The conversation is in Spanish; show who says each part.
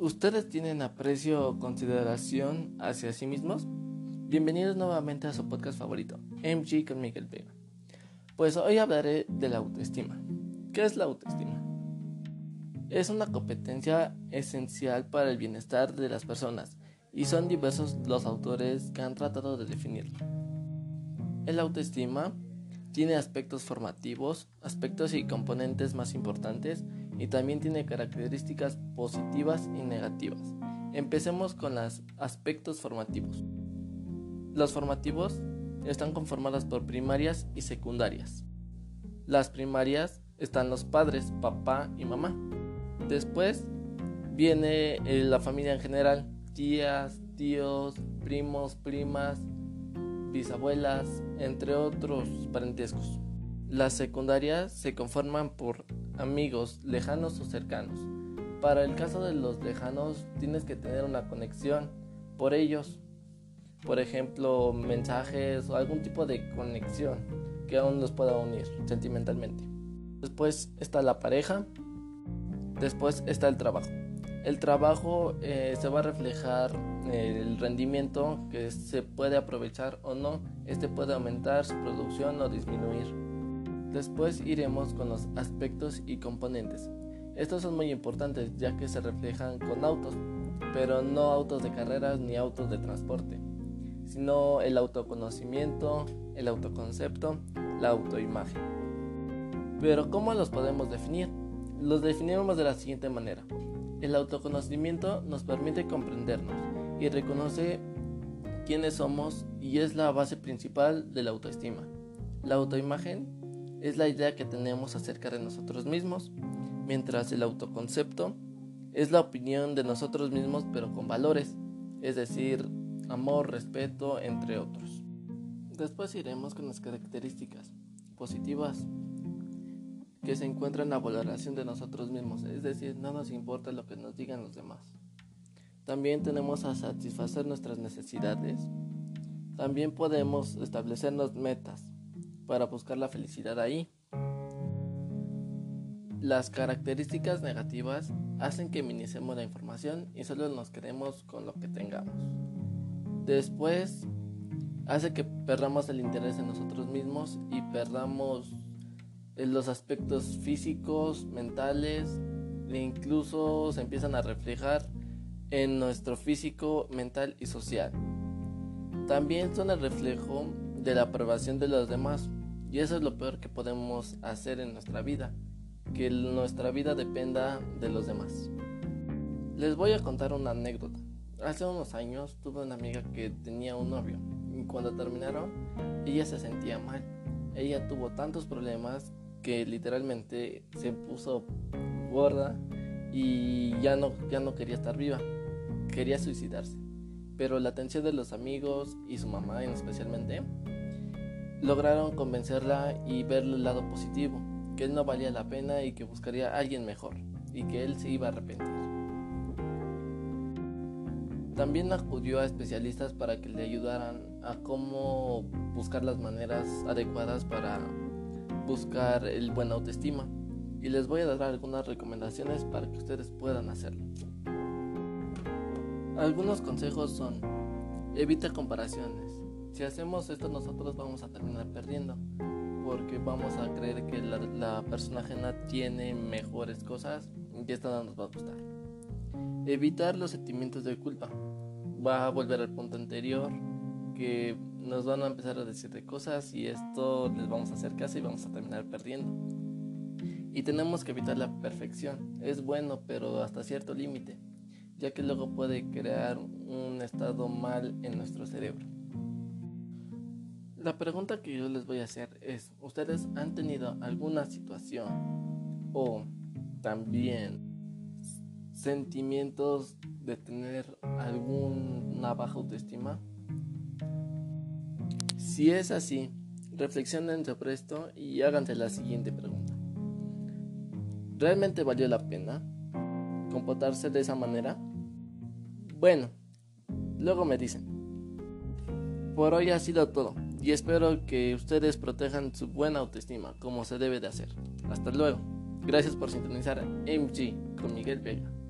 Speaker 1: ¿Ustedes tienen aprecio o consideración hacia sí mismos? Bienvenidos nuevamente a su podcast favorito, MG con Miguel Vega. Pues hoy hablaré de la autoestima. ¿Qué es la autoestima? Es una competencia esencial para el bienestar de las personas y son diversos los autores que han tratado de definirlo. El autoestima tiene aspectos formativos, aspectos y componentes más importantes y también tiene características positivas y negativas. Empecemos con los aspectos formativos. Los formativos están conformados por primarias y secundarias. Las primarias están los padres, papá y mamá. Después viene la familia en general, tías, tíos, primos, primas, bisabuelas, entre otros parentescos. Las secundarias se conforman por amigos lejanos o cercanos. Para el caso de los lejanos tienes que tener una conexión por ellos, por ejemplo mensajes o algún tipo de conexión que aún los pueda unir sentimentalmente. Después está la pareja, después está el trabajo. El trabajo se va a reflejar el rendimiento que se puede aprovechar o no. Este puede aumentar su producción o disminuir. Después iremos con los aspectos y componentes. Estos son muy importantes ya que se reflejan con autos, pero no autos de carreras ni autos de transporte, sino el autoconocimiento, el autoconcepto, la autoimagen. Pero ¿cómo los podemos definir? Los definimos de la siguiente manera. El autoconocimiento nos permite comprendernos y reconoce quiénes somos y es la base principal de la autoestima. La autoimagen es la idea que tenemos acerca de nosotros mismos, mientras el autoconcepto es la opinión de nosotros mismos pero con valores, es decir, amor, respeto, entre otros. Después iremos con las características positivas que se encuentran en la valoración de nosotros mismos, es decir, no nos importa lo que nos digan los demás. También tenemos a satisfacer nuestras necesidades. También podemos establecernos metas para buscar la felicidad ahí. Las características negativas hacen que minimicemos la información y solo nos quedemos con lo que tengamos. Después hace que perdamos el interés en nosotros mismos y perdamos los aspectos físicos, mentales e incluso se empiezan a reflejar en nuestro físico, mental y social. También son el reflejo de la aprobación de los demás y eso es lo peor que podemos hacer en nuestra vida, que nuestra vida dependa de los demás. Les voy a contar una anécdota. Hace unos años tuve una amiga que tenía un novio y cuando terminaron ella se sentía mal. Ella tuvo tantos problemas que literalmente se puso gorda y ya no quería estar viva, quería suicidarse. Pero la atención de los amigos y su mamá especialmente lograron convencerla y ver el lado positivo, que él no valía la pena y que buscaría a alguien mejor y que él se iba a arrepentir. También acudió a especialistas para que le ayudaran a cómo buscar las maneras adecuadas para buscar el buen autoestima y les voy a dar algunas recomendaciones para que ustedes puedan hacerlo. Algunos consejos son: evita comparaciones. Si hacemos esto nosotros vamos a terminar perdiendo porque vamos a creer que la persona ajena tiene mejores cosas y esto no nos va a gustar. Evitar los sentimientos de culpa. Va a volver al punto anterior, que nos van a empezar a decir de cosas y esto les vamos a hacer caso y vamos a terminar perdiendo. Y tenemos que evitar la perfección. Es bueno, pero hasta cierto límite, ya que luego puede crear un estado mal en nuestro cerebro. La pregunta que yo les voy a hacer es: ¿ustedes han tenido alguna situación o también sentimientos de tener alguna baja autoestima? Si es así, reflexionen sobre esto y háganse la siguiente pregunta: ¿realmente valió la pena comportarse de esa manera? Bueno, luego me dicen. Por hoy ha sido todo y espero que ustedes protejan su buena autoestima como se debe de hacer. Hasta luego. Gracias por sintonizar MG con Miguel Vega.